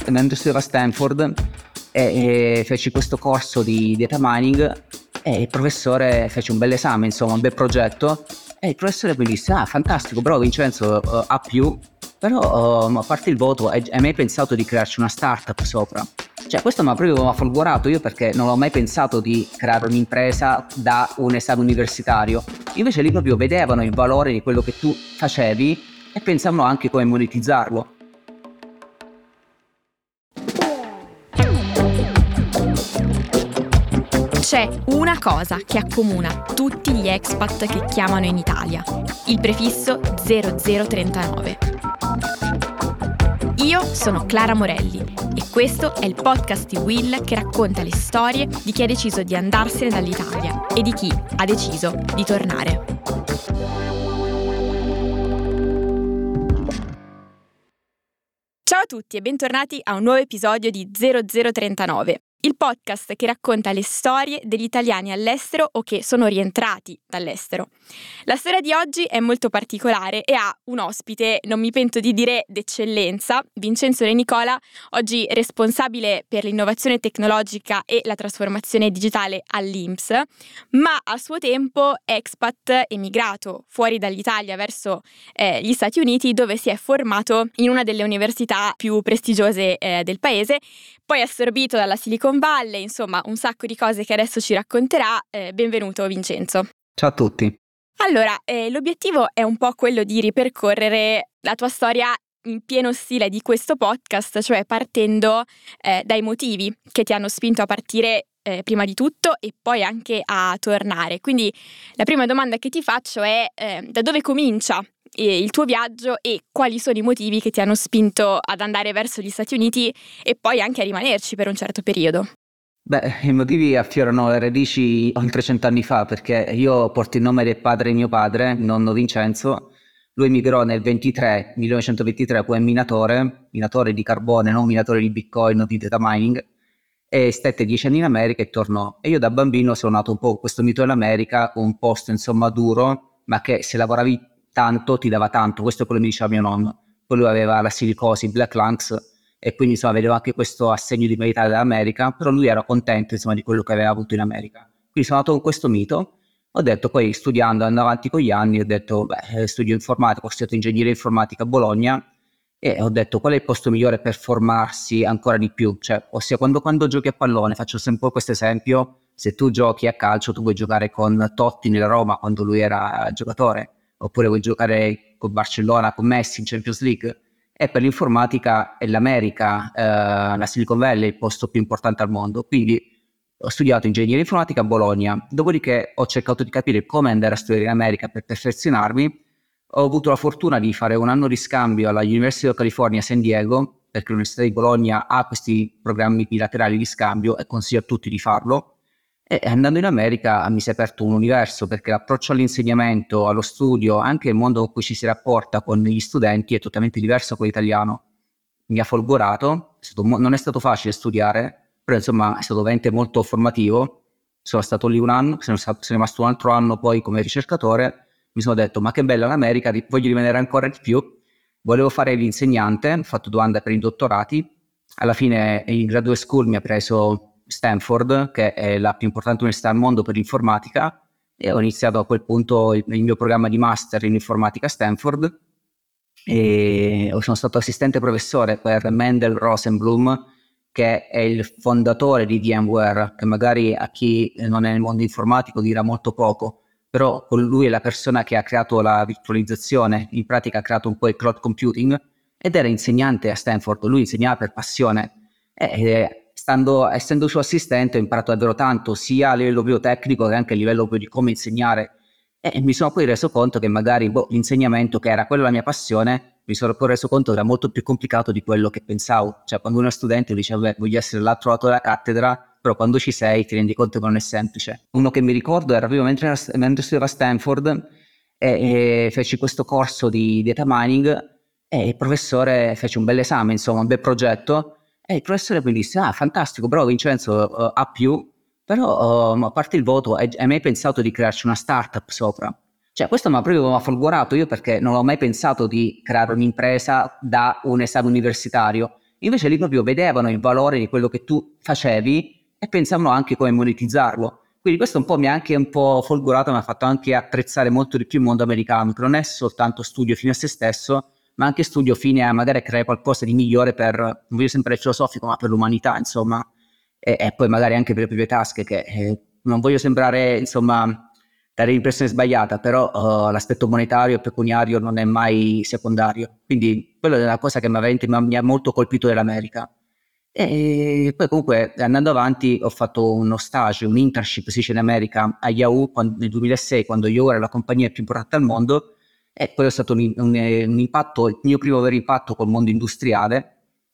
mentre studiavo a Stanford e feci questo corso di data mining e il professore fece un bel esame, insomma un bel progetto, e il professore mi disse: ah, fantastico, bravo Vincenzo, A+, però a parte il voto hai mai pensato di crearci una startup sopra? Cioè questo mi ha proprio folgorato io, perché non ho mai pensato di creare un'impresa da un esame universitario. Invece lì proprio vedevano il valore di quello che tu facevi e pensavano anche come monetizzarlo. C'è una cosa che accomuna tutti gli expat che chiamano in Italia: il prefisso 0039. Io sono Clara Morelli e questo è il podcast di Will che racconta le storie di chi ha deciso di andarsene dall'Italia e di chi ha deciso di tornare. Ciao a tutti e bentornati a un nuovo episodio di 0039. Il podcast che racconta le storie degli italiani all'estero o che sono rientrati dall'estero. La storia di oggi è molto particolare e ha un ospite, non mi pento di dire, d'eccellenza, Vincenzo Re Nicola, oggi responsabile per l'innovazione tecnologica e la trasformazione digitale all'INPS, ma a suo tempo expat emigrato fuori dall'Italia verso gli Stati Uniti, dove si è formato in una delle università più prestigiose del paese, poi assorbito dalla Silicon Valley, insomma un sacco di cose che adesso ci racconterà. Benvenuto Vincenzo. Ciao a tutti. Allora, l'obiettivo è un po' quello di ripercorrere la tua storia in pieno stile di questo podcast, cioè partendo dai motivi che ti hanno spinto a partire prima di tutto e poi anche a tornare. Quindi la prima domanda che ti faccio è da dove comincia il tuo viaggio e quali sono i motivi che ti hanno spinto ad andare verso gli Stati Uniti e poi anche a rimanerci per un certo periodo? Beh, i motivi affiorano le radici oltre 100 anni fa, perché io porto il nome del padre di mio padre, nonno Vincenzo. Lui emigrò nel 1923 come minatore di carbone, non minatore di bitcoin o di data mining, e stette 10 anni in America e tornò. E io da bambino sono nato un po' con questo mito dell'America, un posto insomma duro, ma che se lavoravi tanto ti dava tanto. Questo è quello che mi diceva mio nonno. Poi lui aveva la silicosi, Black Lungs, e quindi insomma vedevo anche questo assegno di verità dell'America, però lui era contento insomma di quello che aveva avuto in America. Quindi sono nato con questo mito. Ho detto, poi studiando, andando avanti con gli anni, ho detto, studio informatica, ho studiato ingegneria informatica a Bologna, e ho detto qual è il posto migliore per formarsi ancora di più. Cioè, ossia quando giochi a pallone, faccio sempre questo esempio: se tu giochi a calcio tu vuoi giocare con Totti nella Roma quando lui era giocatore, oppure vuoi giocare con Barcellona, con Messi in Champions League. E per l'informatica è l'America, la Silicon Valley, il posto più importante al mondo. Quindi ho studiato ingegneria informatica a Bologna, dopodiché ho cercato di capire come andare a studiare in America per perfezionarmi. Ho avuto la fortuna di fare un anno di scambio alla University of California a San Diego, perché l'Università di Bologna ha questi programmi bilaterali di scambio e consiglio a tutti di farlo. E andando in America mi si è aperto un universo, perché l'approccio all'insegnamento, allo studio, anche il modo in cui ci si rapporta con gli studenti è totalmente diverso da quello italiano. Mi ha folgorato, non è stato facile studiare, però insomma è stato veramente molto formativo. Sono stato lì un anno, sono rimasto un altro anno poi come ricercatore. Mi sono detto, ma che bella l'America, voglio rimanere ancora di più. Volevo fare l'insegnante, ho fatto domanda per i dottorati. Alla fine in graduate school mi ha preso Stanford, che è la più importante università al mondo per l'informatica, e ho iniziato a quel punto il mio programma di master in informatica a Stanford, e sono stato assistente professore per Mendel Rosenblum, che è il fondatore di VMware, che magari a chi non è nel mondo informatico dirà molto poco, però lui è la persona che ha creato la virtualizzazione, in pratica ha creato un po' il cloud computing, ed era insegnante a Stanford. Lui insegnava per passione, essendo suo assistente ho imparato davvero tanto, sia a livello più tecnico che anche a livello più di come insegnare. E mi sono poi reso conto che magari l'insegnamento, che era quella la mia passione, mi sono poi reso conto che era molto più complicato di quello che pensavo. Cioè, quando uno studente dice, voglio essere l'altro lato della cattedra, però quando ci sei ti rendi conto che non è semplice. Uno che mi ricordo era proprio mentre studiavo a Stanford e feci questo corso di data mining, e il professore fece un bel esame, insomma un bel progetto, e il professore mi disse, ah, fantastico, bravo Vincenzo, A+, però a parte il voto hai mai pensato di crearci una startup sopra? Cioè questo mi ha proprio folgorato io, perché non ho mai pensato di creare un'impresa da un esame universitario. Invece lì proprio vedevano il valore di quello che tu facevi e pensavano anche come monetizzarlo. Quindi questo un po' mi ha anche un po' folgorato, mi ha fatto anche apprezzare molto di più il mondo americano, che non è soltanto studio fine a se stesso, ma anche studio fine a magari creare qualcosa di migliore per, non voglio sembrare filosofico, ma per l'umanità, insomma, e poi magari anche per le proprie tasche, che non voglio sembrare, insomma, dare l'impressione sbagliata, però l'aspetto monetario e pecuniario non è mai secondario. Quindi quello è una cosa che mi ha molto colpito dell'America. E poi comunque andando avanti ho fatto uno stage, un internship si dice in America a Yahoo nel 2006, quando Yahoo era la compagnia più importante al mondo, e poi è stato un impatto, il mio primo vero impatto col mondo industriale.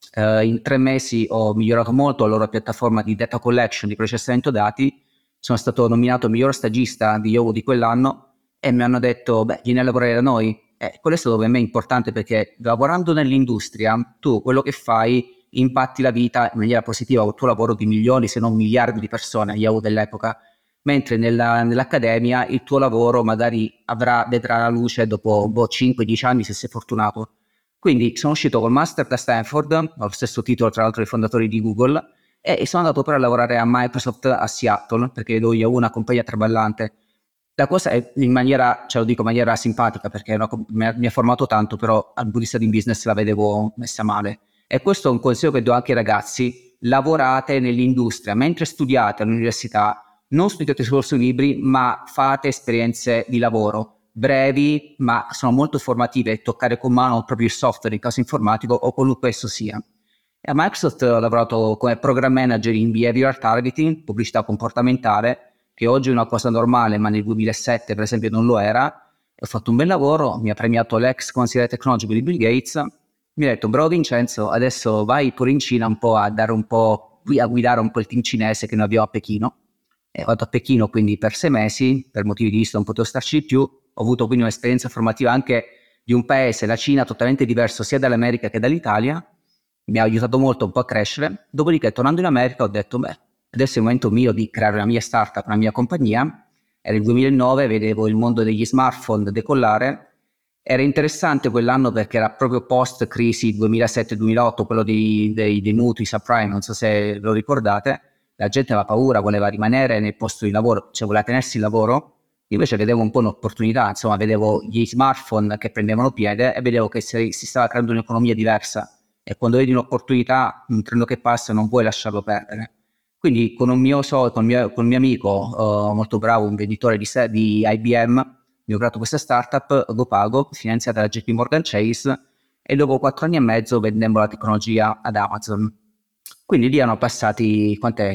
In 3 mesi ho migliorato molto la loro piattaforma di data collection, di processamento dati. Sono stato nominato miglior stagista di Yahoo di quell'anno e mi hanno detto, beh, vieni a lavorare da noi. Quello è stato per me importante, perché lavorando nell'industria tu quello che fai impatti la vita in maniera positiva col tuo lavoro di milioni se non miliardi di persone, Yahoo dell'epoca, mentre nell'accademia il tuo lavoro magari vedrà la luce dopo 5-10 anni se sei fortunato. Quindi sono uscito col master da Stanford, ho lo stesso titolo tra l'altro dei fondatori di Google, e sono andato poi a lavorare a Microsoft a Seattle, perché vedo Yahoo una compagnia traballante. La cosa è in maniera, lo dico in maniera simpatica, perché mi ha formato tanto, però dal punto di vista di business la vedevo messa male. E questo è un consiglio che do anche ai ragazzi: lavorate nell'industria, mentre studiate all'università, non studiate solo sui libri, ma fate esperienze di lavoro, brevi, ma sono molto formative, toccare con mano proprio il software in caso informatico o qualunque esso sia. E a Microsoft ho lavorato come program manager in behavioral targeting, pubblicità comportamentale, che oggi è una cosa normale, ma nel 2007 per esempio non lo era. Ho fatto un bel lavoro, mi ha premiato l'ex consigliere tecnologico di Bill Gates, mi ha detto: bravo Vincenzo, adesso vai pure in Cina un po' a guidare un po' il team cinese che noi abbiamo a Pechino. E vado a Pechino quindi per 6 mesi, per motivi di vista non potevo starci di più. Ho avuto quindi un'esperienza formativa anche di un paese, la Cina, totalmente diverso sia dall'America che dall'Italia. Mi ha aiutato molto un po' a crescere. Dopodiché, tornando in America, ho detto: beh, adesso è il momento mio di creare una mia startup, una mia compagnia. Era il 2009, vedevo il mondo degli smartphone decollare. Era interessante quell'anno perché era proprio post crisi 2007-2008, quello dei mutui subprime, non so se lo ricordate. La gente aveva paura, voleva rimanere nel posto di lavoro, cioè voleva tenersi il lavoro. Io invece vedevo un po' un'opportunità, insomma, vedevo gli smartphone che prendevano piede e vedevo che si stava creando un'economia diversa. E quando vedi un'opportunità, un treno che passa, non puoi lasciarlo perdere. Quindi con un mio amico molto bravo, un venditore di IBM, mi ho creato questa startup, GoPago, finanziata da JP Morgan Chase, e dopo 4 anni e mezzo vendemmo la tecnologia ad Amazon. Quindi lì erano passati,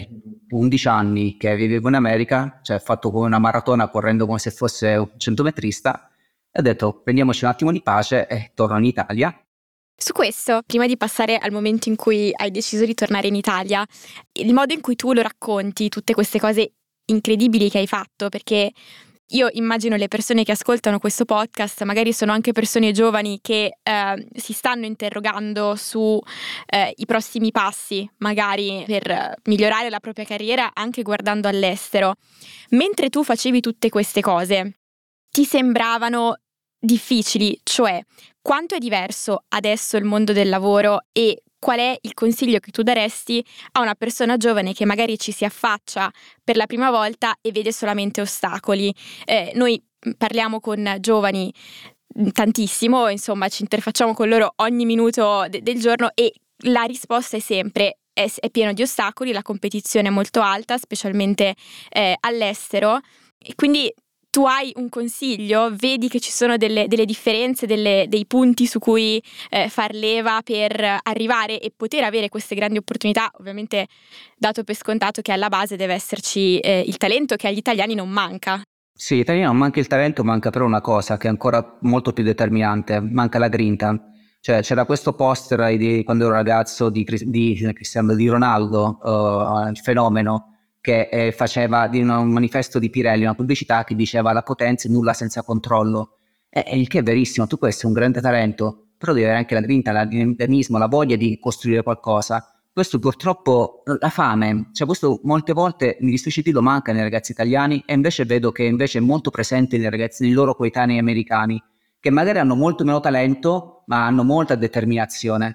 11 anni che vivevo in America, cioè ho fatto come una maratona correndo come se fosse un 100metrista, e ho detto: prendiamoci un attimo di pace e torno in Italia. Su questo, prima di passare al momento in cui hai deciso di tornare in Italia, il modo in cui tu lo racconti, tutte queste cose incredibili che hai fatto, perché io immagino le persone che ascoltano questo podcast magari sono anche persone giovani che si stanno interrogando su i prossimi passi, magari per migliorare la propria carriera anche guardando all'estero. Mentre tu facevi tutte queste cose, ti sembravano difficili? Cioè, quanto è diverso adesso il mondo del lavoro e qual è il consiglio che tu daresti a una persona giovane che magari ci si affaccia per la prima volta e vede solamente ostacoli? Noi parliamo con giovani tantissimo, insomma ci interfacciamo con loro ogni minuto del giorno e la risposta è sempre: è pieno di ostacoli, la competizione è molto alta, specialmente all'estero, e quindi tu hai un consiglio? Vedi che ci sono delle differenze, dei punti su cui far leva per arrivare e poter avere queste grandi opportunità, ovviamente dato per scontato che alla base deve esserci il talento che agli italiani non manca. Sì, italiano non manca il talento, manca però una cosa che è ancora molto più determinante: manca la grinta. Cioè c'era questo poster quando ero ragazzo di Cristiano, di Ronaldo, il fenomeno, che faceva di un manifesto di Pirelli, una pubblicità che diceva: la potenza è nulla senza controllo. E il che è verissimo, tu puoi essere un grande talento, però devi avere anche la grinta, il dinamismo, la voglia di costruire qualcosa. Questo purtroppo, la fame, cioè questo molte volte mi dispiace dirlo, manca nei ragazzi italiani, e invece vedo che invece è molto presente nei loro coetanei americani, che magari hanno molto meno talento ma hanno molta determinazione.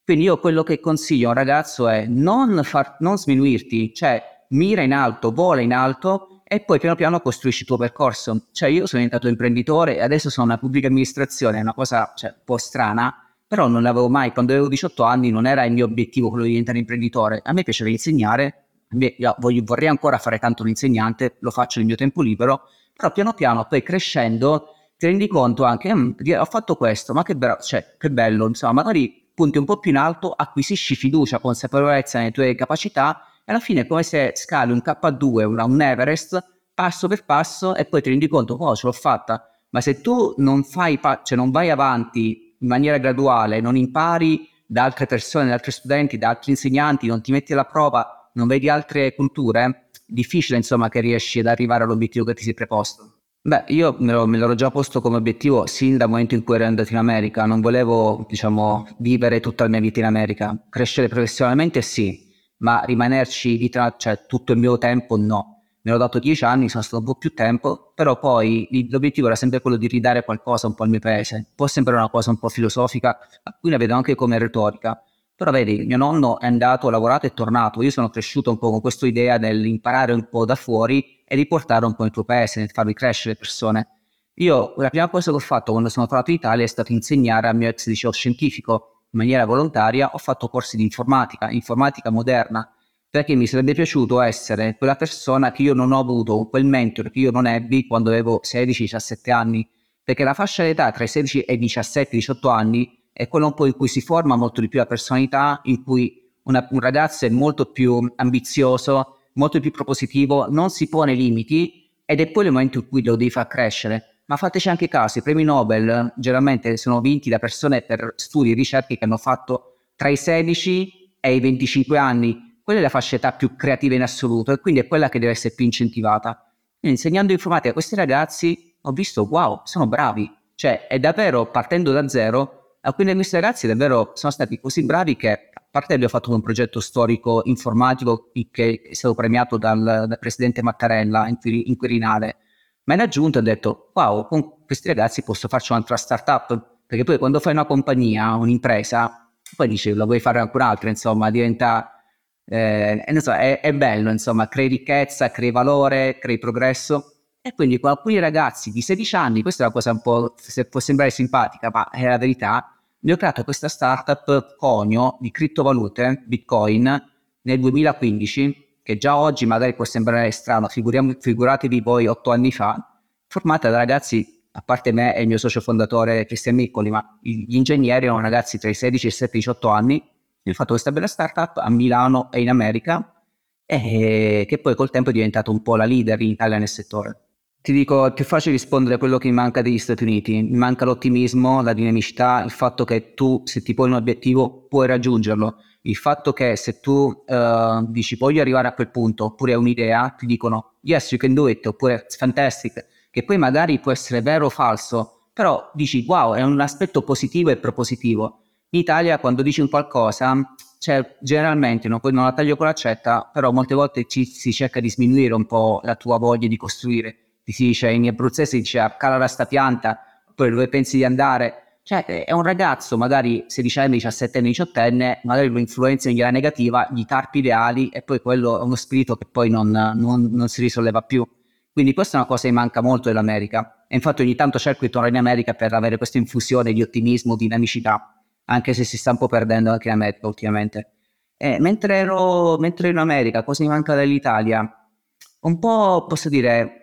Quindi io quello che consiglio a un ragazzo è non sminuirti, cioè mira in alto, vola in alto e poi piano piano costruisci il tuo percorso. Cioè io sono diventato imprenditore e adesso sono una pubblica amministrazione, è una cosa un po' strana, però non l'avevo mai, quando avevo 18 anni non era il mio obiettivo quello di diventare imprenditore, a me piaceva insegnare, vorrei ancora fare tanto l'insegnante, lo faccio nel mio tempo libero, però piano piano poi crescendo ti rendi conto anche, ho fatto questo, ma che bello, insomma, magari punti un po' più in alto, acquisisci fiducia, consapevolezza nelle tue capacità e alla fine è come se scali un K2, un Everest, passo per passo e poi ti rendi conto, oh, ce l'ho fatta. Ma se tu non fai, non vai avanti in maniera graduale, non impari da altre persone, da altri studenti, da altri insegnanti, non ti metti alla prova, non vedi altre culture, difficile insomma che riesci ad arrivare all'obiettivo che ti sei preposto. Beh, io me l'ero già posto come obiettivo sin dal momento in cui ero andato in America, non volevo, vivere tutta la mia vita in America. Crescere professionalmente sì, ma rimanerci tutto il mio tempo no. Mi ero dato 10 anni, sono stato un po' più tempo, però poi l'obiettivo era sempre quello di ridare qualcosa un po' al mio paese. Può sembrare una cosa un po' filosofica, alcuni la vedono anche come retorica, però vedi, mio nonno è andato, ha lavorato e è tornato. Io sono cresciuto un po' con questa idea dell'imparare un po' da fuori e riportare un po' il tuo paese, nel farvi crescere le persone. Io la prima cosa che ho fatto quando sono tornato in Italia è stato insegnare al mio ex liceo scientifico in maniera volontaria. Ho fatto corsi di informatica moderna, perché mi sarebbe piaciuto essere quella persona che io non ho avuto, quel mentor che io non ebbi quando avevo 16-17 anni, perché la fascia d'età tra i 16 e i 17-18 anni è quello un po' in cui si forma molto di più la personalità, in cui un ragazzo è molto più ambizioso, molto più propositivo, non si pone limiti ed è poi il momento in cui lo devi far crescere. Ma fateci anche caso, i premi Nobel generalmente sono vinti da persone per studi e ricerche che hanno fatto tra i 16 e i 25 anni. Quella è la fascia età più creativa in assoluto e quindi è quella che deve essere più incentivata. Quindi insegnando informatica a questi ragazzi ho visto, wow, sono bravi. Cioè è davvero partendo da zero. Alcuni di questi ragazzi davvero sono stati così bravi che, a parte che ho fatto un progetto storico informatico che è stato premiato dal presidente Mattarella in Quirinale, ma in aggiunta ho detto, wow, con questi ragazzi posso farci un'altra startup, perché poi quando fai una compagnia, un'impresa, poi dici, la vuoi fare anche un'altra, insomma, diventa, non so, è bello, insomma, crei ricchezza, crei valore, crei progresso. E quindi con alcuni ragazzi di 16 anni, questa è una cosa un po', se può sembrare simpatica, ma è la verità, mi ho creato questa startup conio di criptovalute, Bitcoin, nel 2015, che già oggi magari può sembrare strano, figuratevi voi 8 anni fa, formata da ragazzi, a parte me e il mio socio fondatore Cristian Miccoli, ma gli ingegneri erano ragazzi tra i 16 e i 17 e i 18 anni. Io ho fatto questa bella startup a Milano e in America, e che poi col tempo è diventato un po' la leader in Italia nel settore. Ti dico, è più facile rispondere a quello che mi manca degli Stati Uniti. Mi manca l'ottimismo, la dinamicità, il fatto che tu, se ti poni un obiettivo, puoi raggiungerlo. Il fatto che se tu dici voglio arrivare a quel punto, oppure hai un'idea, ti dicono yes, you can do it, oppure it's fantastic, che poi magari può essere vero o falso, però dici wow, è un aspetto positivo e propositivo. In Italia quando dici un qualcosa, generalmente, poi non la taglio con l'accetta, però molte volte si cerca di sminuire un po' la tua voglia di costruire. Si dice in abruzzese, si dice cala sta pianta, poi dove pensi di andare? Cioè è un ragazzo magari 16 anni, 17 anni, 18enne, magari lo influenza in maniera negativa, gli tarpi ideali e poi quello è uno spirito che poi non si risolleva più. Quindi questa è una cosa che manca molto dell'America e infatti ogni tanto cerco di tornare in America per avere questa infusione di ottimismo, dinamicità, anche se si sta un po' perdendo anche in America ultimamente. Mentre ero in America, cosa mi manca dall'Italia? Un po', posso dire,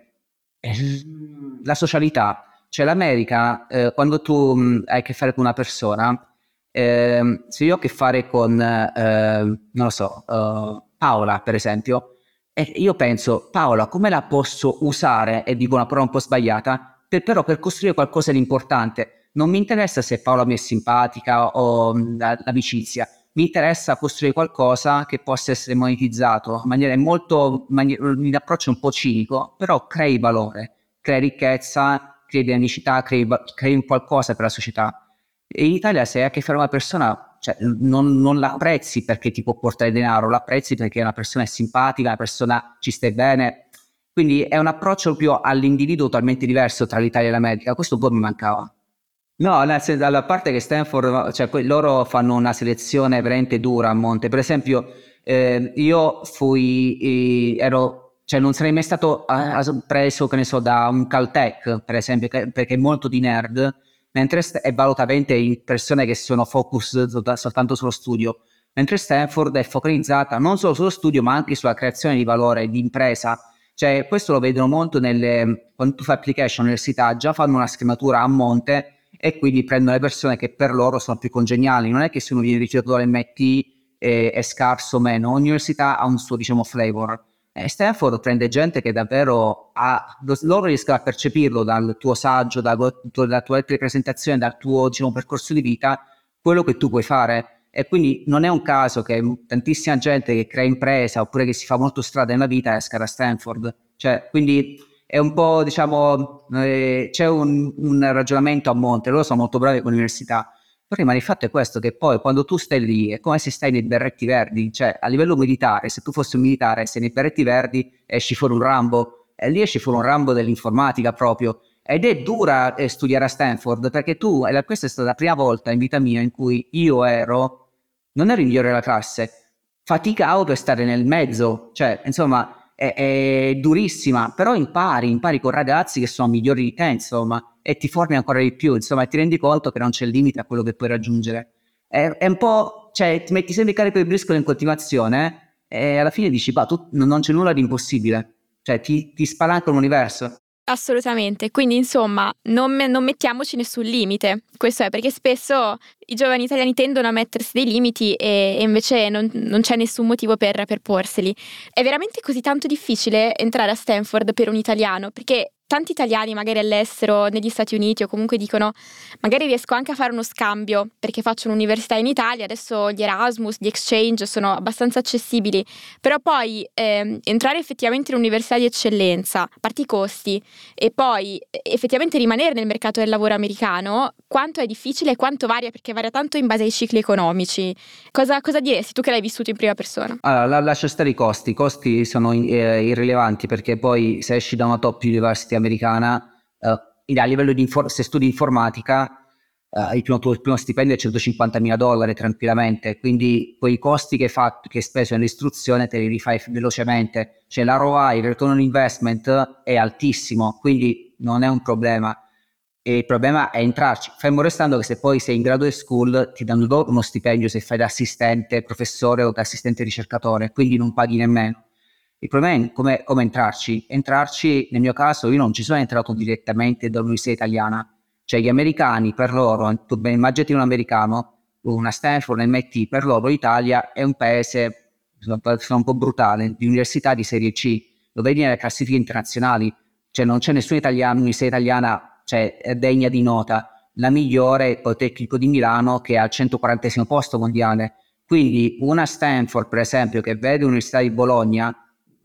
la socialità. Cioè l'America, quando tu hai a che fare con una persona, se io ho a che fare con, non lo so, Paola per esempio, e io penso, Paola, come la posso usare, e dico una parola un po' sbagliata, però per costruire qualcosa di importante. Non mi interessa se Paola mi è simpatica o l'amicizia, mi interessa costruire qualcosa che possa essere monetizzato in maniera un approccio un po' cinico, però crei valore, crei ricchezza, crei dinamicità, crei un qualcosa per la società. E in Italia se hai a che fare con una persona, non la apprezzi perché ti può portare denaro, la apprezzi perché una persona è simpatica, una persona ci stai bene. Quindi è un approccio più all'individuo totalmente diverso tra l'Italia e l'America, questo un po' mi mancava. No, dalla parte che Stanford, cioè loro fanno una selezione veramente dura a monte. Per esempio, io cioè non sarei mai stato preso, che ne so, da un Caltech, per esempio, perché è molto di nerd, mentre è valutatamente in persone che sono focus soltanto sullo studio, mentre Stanford è focalizzata non solo sullo studio, ma anche sulla creazione di valore, di impresa. Cioè, questo lo vedono molto quando tu fai application all'università, già fanno una scrematura a monte e quindi prendono le persone che per loro sono più congeniali. Non è che se uno viene rifiutato dall'MIT è scarso o meno, ogni università ha un suo, diciamo, flavor. Stanford prende gente che davvero loro riescono a percepirlo dal tuo saggio, dalla tua presentazione, dal tuo, diciamo, percorso di vita, quello che tu puoi fare. E quindi non è un caso che tantissima gente che crea impresa oppure che si fa molto strada nella vita esca da Stanford. Cioè, quindi è un po', diciamo, c'è un ragionamento a monte, loro sono molto bravi con l'università, però rimane il fatto è questo, che poi quando tu stai lì è come se stai nei berretti verdi, cioè a livello militare, se tu fossi un militare, sei nei berretti verdi, esci fuori un Rambo, e lì esci fuori un Rambo dell'informatica proprio, ed è dura studiare a Stanford, perché questa è stata la prima volta in vita mia in cui non ero il migliore della classe, faticavo per stare nel mezzo, cioè insomma è durissima, però impari con ragazzi che sono migliori di te, insomma, e ti formi ancora di più, insomma, e ti rendi conto che non c'è limite a quello che puoi raggiungere. È un po', cioè, ti metti sempre il carico di briscola in continuazione e alla fine dici, bah, non c'è nulla di impossibile, cioè ti spalanca l'universo. Assolutamente, quindi insomma non mettiamoci nessun limite, questo è perché spesso i giovani italiani tendono a mettersi dei limiti e invece non c'è nessun motivo per porseli. È veramente così tanto difficile entrare a Stanford per un italiano, perché tanti italiani magari all'estero, negli Stati Uniti o comunque dicono magari riesco anche a fare uno scambio perché faccio un'università in Italia, adesso gli Erasmus, gli exchange sono abbastanza accessibili, però poi entrare effettivamente in un'università di eccellenza, a parte i costi, e poi effettivamente rimanere nel mercato del lavoro americano, quanto è difficile e quanto varia, perché varia tanto in base ai cicli economici. Cosa diresti tu che l'hai vissuto in prima persona? Allora, lascia stare i costi sono irrilevanti perché poi se esci da una top university americana, a livello se studi informatica, tuo primo stipendio è $150.000 tranquillamente, quindi quei costi che hai speso nell'istruzione te li rifai velocemente, cioè la ROI, il return on investment è altissimo, quindi non è un problema. E il problema è entrarci, fermo restando che se poi sei in graduate school ti danno loro uno stipendio se fai da assistente professore o da assistente ricercatore, quindi non paghi nemmeno. Il problema è come entrarci. Entrarci, nel mio caso, io non ci sono entrato direttamente dall'università italiana, cioè gli americani per loro, tu immaginati un americano, una Stanford, un MIT, per loro l'Italia è un paese, sono un po' brutale, di università di serie C, lo vedi nelle classifiche internazionali, cioè non c'è nessun italiano, università italiana, cioè è degna di nota. La migliore è il Politecnico di Milano che è al 140° posto mondiale. Quindi una Stanford, per esempio, che vede l'Università di Bologna,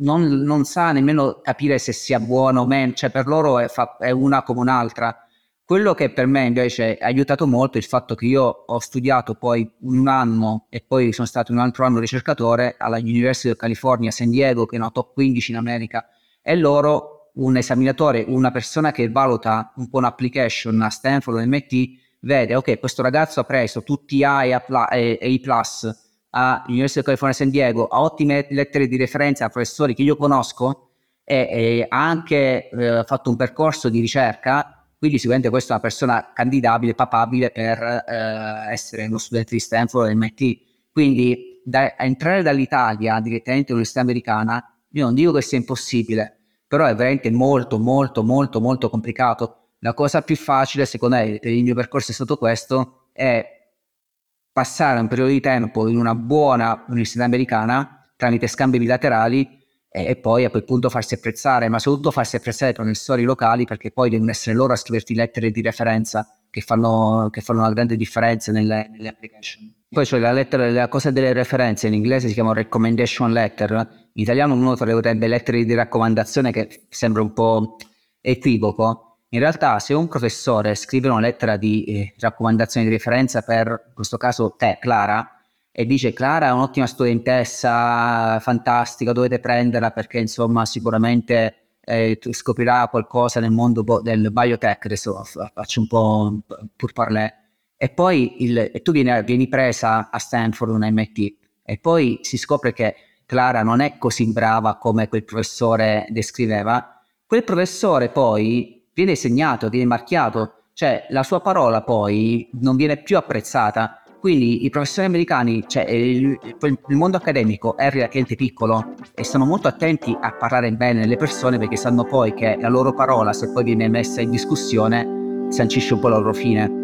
non sa nemmeno capire se sia buono o meno, cioè per loro è una come un'altra. Quello che per me invece ha aiutato molto è il fatto che io ho studiato poi un anno e poi sono stato un altro anno ricercatore alla University of California San Diego, che è una top 15 in America, e loro, un esaminatore, una persona che valuta un po' un'application a Stanford o MIT, vede, ok, questo ragazzo ha preso tutti A e A+, all'University of California San Diego, ha ottime lettere di referenza a professori che io conosco e ha anche fatto un percorso di ricerca, quindi sicuramente questa è una persona candidabile, papabile per essere uno studente di Stanford o MIT. Quindi entrare dall'Italia direttamente all'università americana, io non dico che sia impossibile, però è veramente molto molto molto molto complicato. La cosa più facile, secondo me, per il mio percorso è stato questo, è passare un periodo di tempo in una buona università americana tramite scambi bilaterali e poi a quel punto farsi apprezzare, ma soprattutto farsi apprezzare dai professori locali, perché poi devono essere loro a scriverti lettere di referenza che fanno una grande differenza nelle application. Poi c'è la cosa delle referenze, in inglese si chiama recommendation letter, in italiano uno tradurrebbe lettere di raccomandazione, che sembra un po' equivoco. In realtà se un professore scrive una lettera di raccomandazione di referenza per, in questo caso te, Clara, e dice Clara è un'ottima studentessa, fantastica, dovete prenderla perché insomma sicuramente scoprirà qualcosa nel mondo del biotech, adesso faccio un po' pur parler, e poi tu vieni presa a Stanford, un MIT, e poi si scopre che Clara non è così brava come quel professore descriveva. Quel professore poi viene segnato, viene marchiato, cioè la sua parola poi non viene più apprezzata. Quindi i professori americani, cioè il mondo accademico è relativamente piccolo e sono molto attenti a parlare bene delle persone, perché sanno poi che la loro parola, se poi viene messa in discussione, sancisce un po' la loro fine.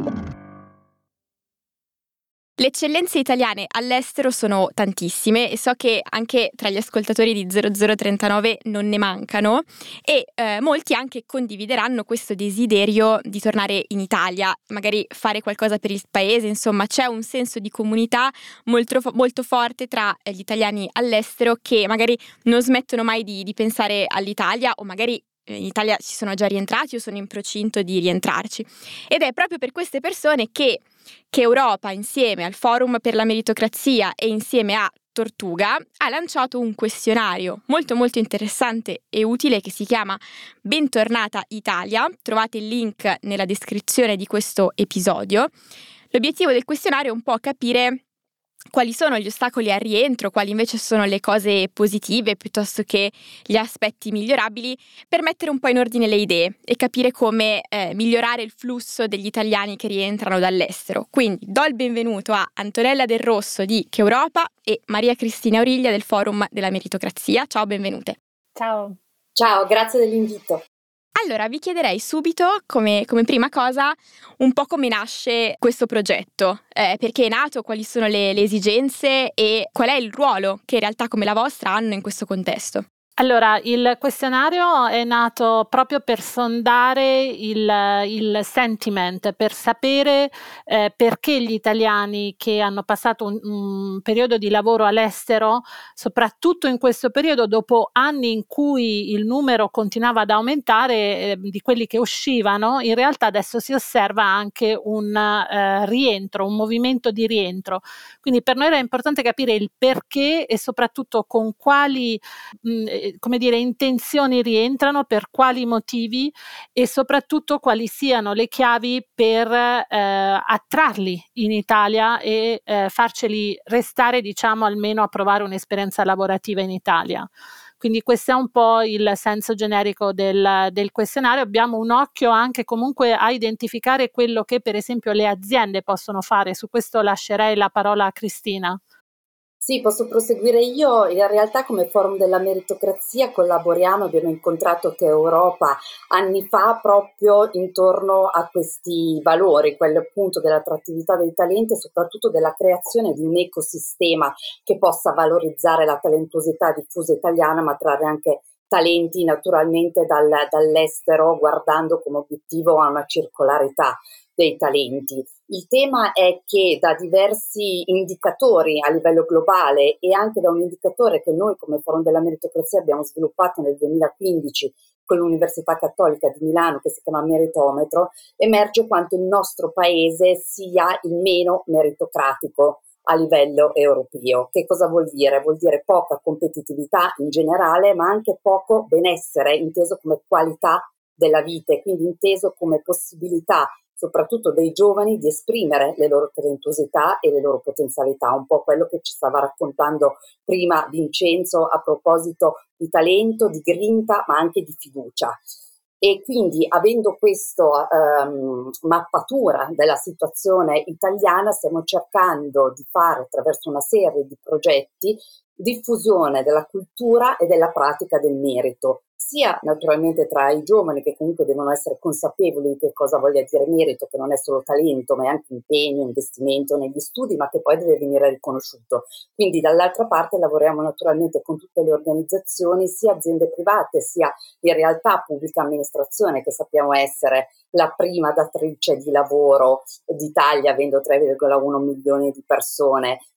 Le eccellenze italiane all'estero sono tantissime e so che anche tra gli ascoltatori di 0039 non ne mancano e molti anche condivideranno questo desiderio di tornare in Italia, magari fare qualcosa per il paese. Insomma, c'è un senso di comunità molto forte tra gli italiani all'estero, che magari non smettono mai di pensare all'Italia, o magari in Italia ci sono già rientrati o sono in procinto di rientrarci. Ed è proprio per queste persone che Europa, insieme al Forum per la Meritocrazia e insieme a Tortuga, ha lanciato un questionario molto interessante e utile che si chiama Bentornata Italia. Trovate il link nella descrizione di questo episodio. L'obiettivo del questionario è un po' capire quali sono gli ostacoli al rientro, quali invece sono le cose positive piuttosto che gli aspetti migliorabili, per mettere un po' in ordine le idee e capire come migliorare il flusso degli italiani che rientrano dall'estero. Quindi do il benvenuto a Antonella Del Rosso di Che Europa e Maria Cristina Auriglia del Forum della Meritocrazia. Ciao, benvenute. Ciao. Ciao, grazie dell'invito. Allora, vi chiederei subito, come prima cosa, un po' come nasce questo progetto, perché è nato, quali sono le esigenze e qual è il ruolo che realtà come la vostra hanno in questo contesto. Allora, il questionario è nato proprio per sondare il sentiment, per sapere perché gli italiani che hanno passato un periodo di lavoro all'estero, soprattutto in questo periodo, dopo anni in cui il numero continuava ad aumentare di quelli che uscivano, in realtà adesso si osserva anche un rientro, un movimento di rientro. Quindi per noi era importante capire il perché e soprattutto con quali intenzioni rientrano, per quali motivi e soprattutto quali siano le chiavi per attrarli in Italia e farceli restare, diciamo, almeno a provare un'esperienza lavorativa in Italia. Quindi questo è un po' il senso generico del questionario. Abbiamo un occhio anche comunque a identificare quello che per esempio le aziende possono fare. Su questo lascerei la parola a Cristina. Sì, posso proseguire io. In realtà come Forum della Meritocrazia collaboriamo, abbiamo incontrato Che Europa anni fa proprio intorno a questi valori, quello appunto dell'attrattività dei talenti e soprattutto della creazione di un ecosistema che possa valorizzare la talentuosità diffusa italiana, ma trarre anche talenti naturalmente dall'estero, guardando come obiettivo a una circolarità dei talenti. Il tema è che da diversi indicatori a livello globale e anche da un indicatore che noi come Forum della Meritocrazia abbiamo sviluppato nel 2015 con l'Università Cattolica di Milano, che si chiama Meritometro, emerge quanto il nostro paese sia il meno meritocratico a livello europeo. Che cosa vuol dire? Vuol dire poca competitività in generale, ma anche poco benessere, inteso come qualità della vita e quindi inteso come possibilità soprattutto dei giovani di esprimere le loro talentuosità e le loro potenzialità, un po' quello che ci stava raccontando prima Vincenzo a proposito di talento, di grinta, ma anche di fiducia. E quindi, avendo questa mappatura della situazione italiana, stiamo cercando di fare, attraverso una serie di progetti, diffusione della cultura e della pratica del merito, sia naturalmente tra i giovani, che comunque devono essere consapevoli di che cosa voglia dire merito, che non è solo talento, ma è anche impegno, investimento negli studi, ma che poi deve venire riconosciuto. Quindi dall'altra parte lavoriamo naturalmente con tutte le organizzazioni, sia aziende private, sia in realtà pubblica amministrazione, che sappiamo essere la prima datrice di lavoro d'Italia, avendo 3,1 milioni di persone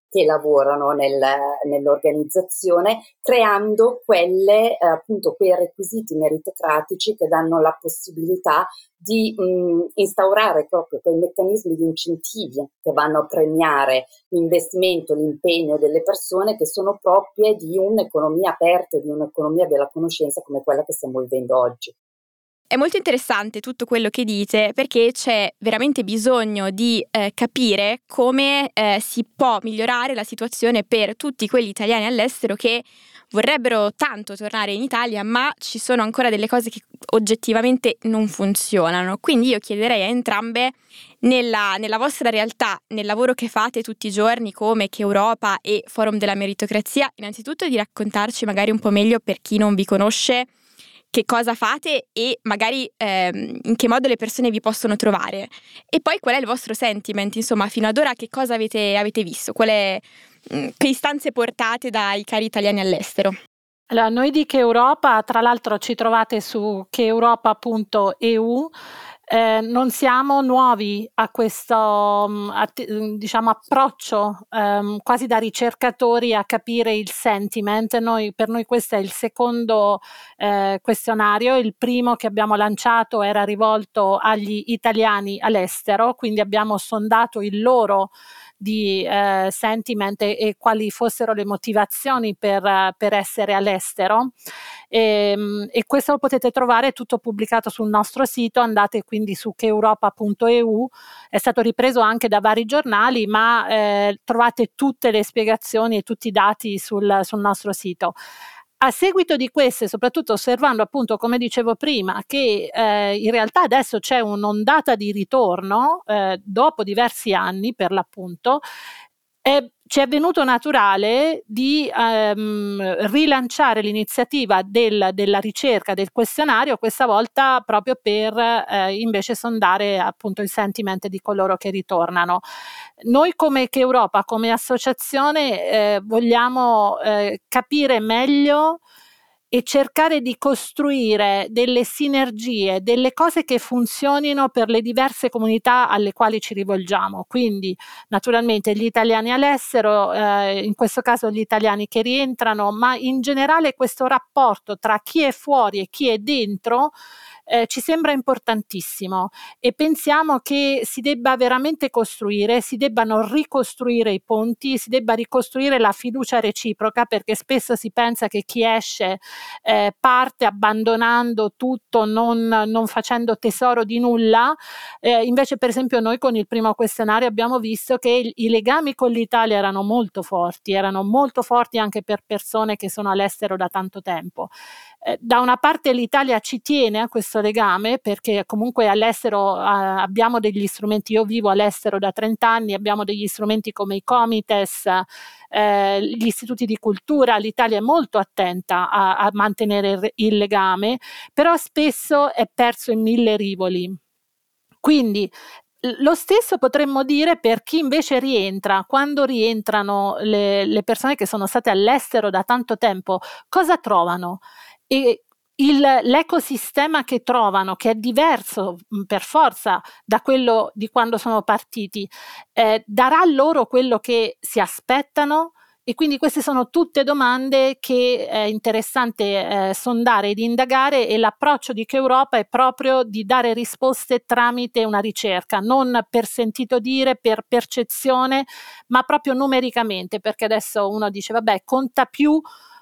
che lavorano nell'organizzazione, creando appunto quei requisiti meritocratici che danno la possibilità di instaurare proprio quei meccanismi di incentivi che vanno a premiare l'investimento, l'impegno delle persone, che sono proprie di un'economia aperta, di un'economia della conoscenza come quella che stiamo vivendo oggi. È molto interessante tutto quello che dite, perché c'è veramente bisogno di capire come si può migliorare la situazione per tutti quegli italiani all'estero che vorrebbero tanto tornare in Italia, ma ci sono ancora delle cose che oggettivamente non funzionano. Quindi io chiederei a entrambe, nella vostra realtà, nel lavoro che fate tutti i giorni come Che Europa e Forum della Meritocrazia, innanzitutto di raccontarci magari un po' meglio, per chi non vi conosce, che cosa fate e magari in che modo le persone vi possono trovare, e poi qual è il vostro sentiment, insomma, fino ad ora che cosa avete visto, che istanze portate dai cari italiani all'estero. Allora, noi di Che Europa, tra l'altro ci trovate su cheeuropa.eu. Non siamo nuovi a questo diciamo approccio quasi da ricercatori a capire il sentiment. Per noi questo è il secondo questionario. Il primo che abbiamo lanciato era rivolto agli italiani all'estero, quindi abbiamo sondato il loro di sentiment e quali fossero le motivazioni per essere all'estero, e questo lo potete trovare tutto pubblicato sul nostro sito. Andate quindi su cheeuropa.eu, è stato ripreso anche da vari giornali, ma trovate tutte le spiegazioni e tutti i dati sul nostro sito. A seguito di queste, soprattutto osservando appunto, come dicevo prima, che in realtà adesso c'è un'ondata di ritorno dopo diversi anni, per l'appunto, ci è venuto naturale di rilanciare l'iniziativa della ricerca del questionario, questa volta proprio per invece sondare appunto il sentiment di coloro che ritornano. Noi come Che Europa, come associazione, vogliamo capire meglio e cercare di costruire delle sinergie, delle cose che funzionino per le diverse comunità alle quali ci rivolgiamo. Quindi naturalmente gli italiani all'estero, in questo caso gli italiani che rientrano, ma in generale questo rapporto tra chi è fuori e chi è dentro ci sembra importantissimo, e pensiamo che si debba veramente costruire, si debbano ricostruire i ponti, si debba ricostruire la fiducia reciproca, perché spesso si pensa che chi esce parte abbandonando tutto, non facendo tesoro di nulla. Invece per esempio noi con il primo questionario abbiamo visto che i legami con l'Italia erano molto forti anche per persone che sono all'estero da tanto tempo. Da una parte l'Italia ci tiene a questo legame, perché comunque all'estero abbiamo degli strumenti. Io vivo all'estero da 30 anni, abbiamo degli strumenti come i Comites, gli istituti di cultura. L'Italia è molto attenta a mantenere il legame, però spesso è perso in mille rivoli. Quindi lo stesso potremmo dire per chi invece rientra. Quando rientrano le persone che sono state all'estero da tanto tempo, cosa trovano? E l'ecosistema che trovano, che è diverso per forza da quello di quando sono partiti, darà loro quello che si aspettano? E quindi queste sono tutte domande che è interessante sondare ed indagare, e l'approccio di Che Europa è proprio di dare risposte tramite una ricerca, non per sentito dire, per percezione, ma proprio numericamente, perché adesso uno dice vabbè, conta più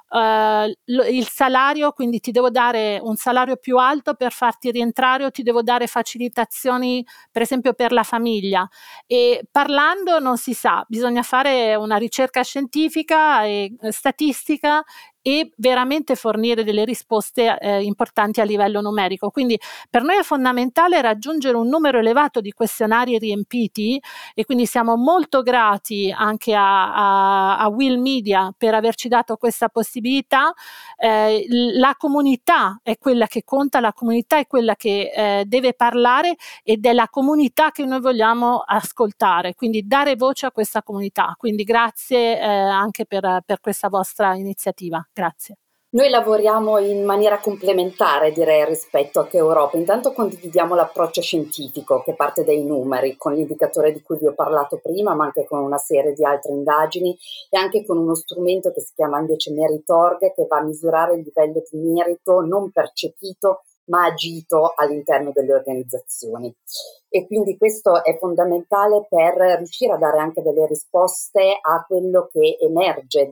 il salario, quindi ti devo dare un salario più alto per farti rientrare, o ti devo dare facilitazioni per esempio per la famiglia. E parlando non si sa, bisogna fare una ricerca scientifica e statistica e veramente fornire delle risposte importanti a livello numerico. Quindi per noi è fondamentale raggiungere un numero elevato di questionari riempiti, e quindi siamo molto grati anche a Will Media per averci dato questa possibilità. La comunità è quella che conta, la comunità è quella che deve parlare, ed è la comunità che noi vogliamo ascoltare, quindi dare voce a questa comunità. Quindi grazie anche per questa vostra iniziativa. Grazie. Noi lavoriamo in maniera complementare, direi, rispetto a che Europa. Intanto condividiamo l'approccio scientifico che parte dai numeri, con l'indicatore di cui vi ho parlato prima, ma anche con una serie di altre indagini e anche con uno strumento che si chiama invece Meritorg, che va a misurare il livello di merito non percepito ma agito all'interno delle organizzazioni. E quindi questo è fondamentale per riuscire a dare anche delle risposte a quello che emerge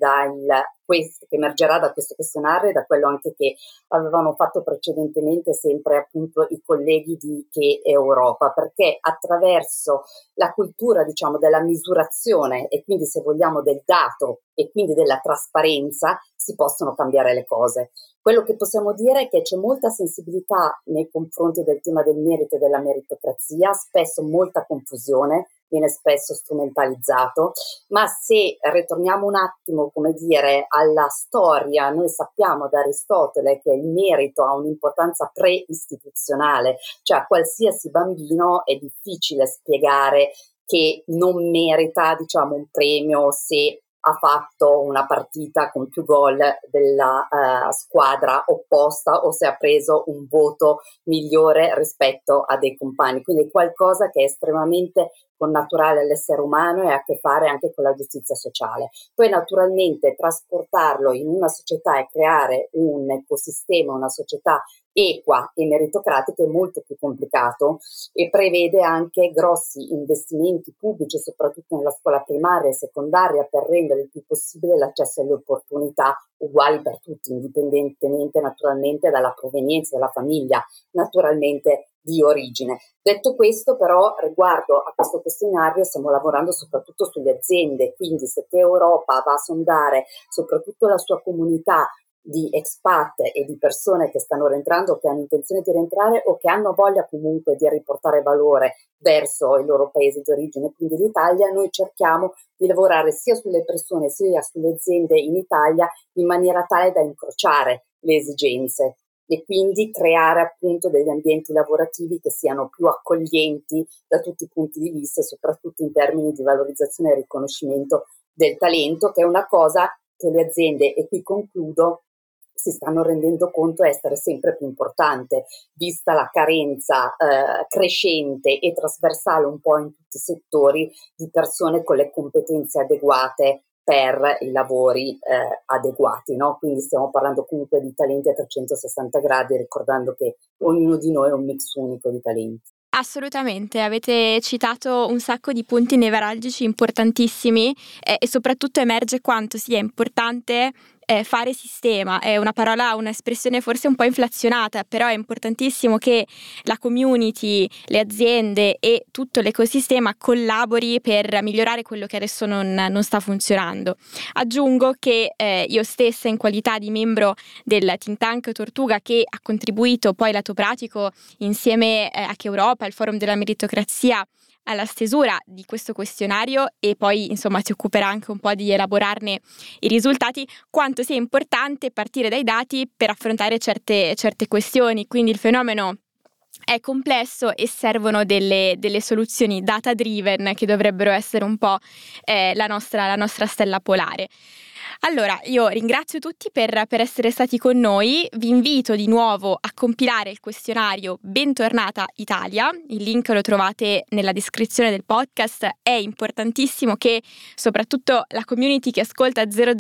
che emergerà da questo questionario e da quello anche che avevano fatto precedentemente sempre appunto i colleghi di Che Europa, perché attraverso la cultura, diciamo, della misurazione e quindi, se vogliamo, del dato e quindi della trasparenza si possono cambiare le cose. Quello che possiamo dire è che c'è molta sensibilità nei confronti del tema del merito e della meritocrazia, spesso molta confusione, viene spesso strumentalizzato, ma se ritorniamo un attimo, come dire, alla storia, noi sappiamo da Aristotele che il merito ha un'importanza pre-istituzionale, cioè a qualsiasi bambino è difficile spiegare che non merita, diciamo, un premio se ha fatto una partita con più gol della squadra opposta o se ha preso un voto migliore rispetto a dei compagni. Quindi è qualcosa che è estremamente connaturale all'essere umano e ha a che fare anche con la giustizia sociale. Poi naturalmente trasportarlo in una società e creare un ecosistema, una società equa e meritocratica è molto più complicato e prevede anche grossi investimenti pubblici, soprattutto nella scuola primaria e secondaria, per rendere il più possibile l'accesso alle opportunità uguali per tutti, indipendentemente naturalmente dalla provenienza della famiglia, naturalmente di origine. Detto questo, però, riguardo a questo questionario stiamo lavorando soprattutto sulle aziende, quindi se Che Europa va a sondare soprattutto la sua comunità di expat e di persone che stanno rientrando, che hanno intenzione di rientrare o che hanno voglia comunque di riportare valore verso i loro paesi di origine, quindi l'Italia, noi cerchiamo di lavorare sia sulle persone sia sulle aziende in Italia in maniera tale da incrociare le esigenze e quindi creare appunto degli ambienti lavorativi che siano più accoglienti da tutti i punti di vista e soprattutto in termini di valorizzazione e riconoscimento del talento, che è una cosa che le aziende, e qui concludo, si stanno rendendo conto essere sempre più importante, vista la carenza crescente e trasversale un po' in tutti i settori di persone con le competenze adeguate per i lavori adeguati, no? Quindi stiamo parlando comunque di talenti a 360 gradi, ricordando che ognuno di noi è un mix unico di talenti. Assolutamente, avete citato un sacco di punti nevralgici importantissimi e soprattutto emerge quanto sia importante fare sistema. È una parola, un'espressione forse un po' inflazionata, però è importantissimo che la community, le aziende e tutto l'ecosistema collabori per migliorare quello che adesso non sta funzionando. Aggiungo che io stessa, in qualità di membro del think tank Tortuga, che ha contribuito poi lato pratico insieme a Che Europa, al Forum della Meritocrazia, alla stesura di questo questionario, e poi insomma si occuperà anche un po' di elaborarne i risultati, quanto sia importante partire dai dati per affrontare certe questioni. Quindi il fenomeno è complesso e servono delle soluzioni data driven che dovrebbero essere un po' la nostra stella polare. Allora, io ringrazio tutti per essere stati con noi, vi invito di nuovo a compilare il questionario Bentornata Italia, il link lo trovate nella descrizione del podcast. È importantissimo che soprattutto la community che ascolta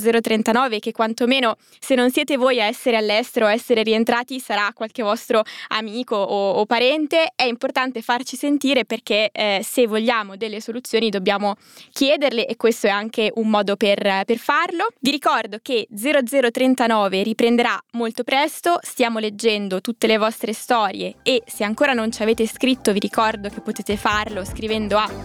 0039, che quantomeno se non siete voi a essere all'estero, a essere rientrati, sarà qualche vostro amico o parente, è importante farci sentire, perché se vogliamo delle soluzioni dobbiamo chiederle e questo è anche un modo per farlo. Vi ricordo che 0039 riprenderà molto presto, stiamo leggendo tutte le vostre storie e se ancora non ci avete iscritto vi ricordo che potete farlo scrivendo a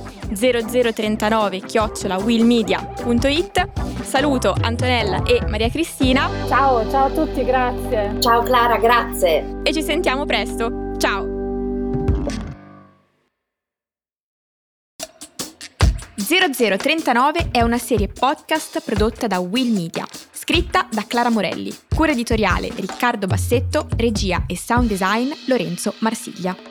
0039@willmedia.it. Saluto Antonella e Maria Cristina. Ciao a tutti, grazie. Ciao Clara, grazie. E ci sentiamo presto. Ciao. 0039 è una serie podcast prodotta da Will Media, scritta da Clara Morelli, cura editoriale Riccardo Bassetto, regia e sound design Lorenzo Marsiglia.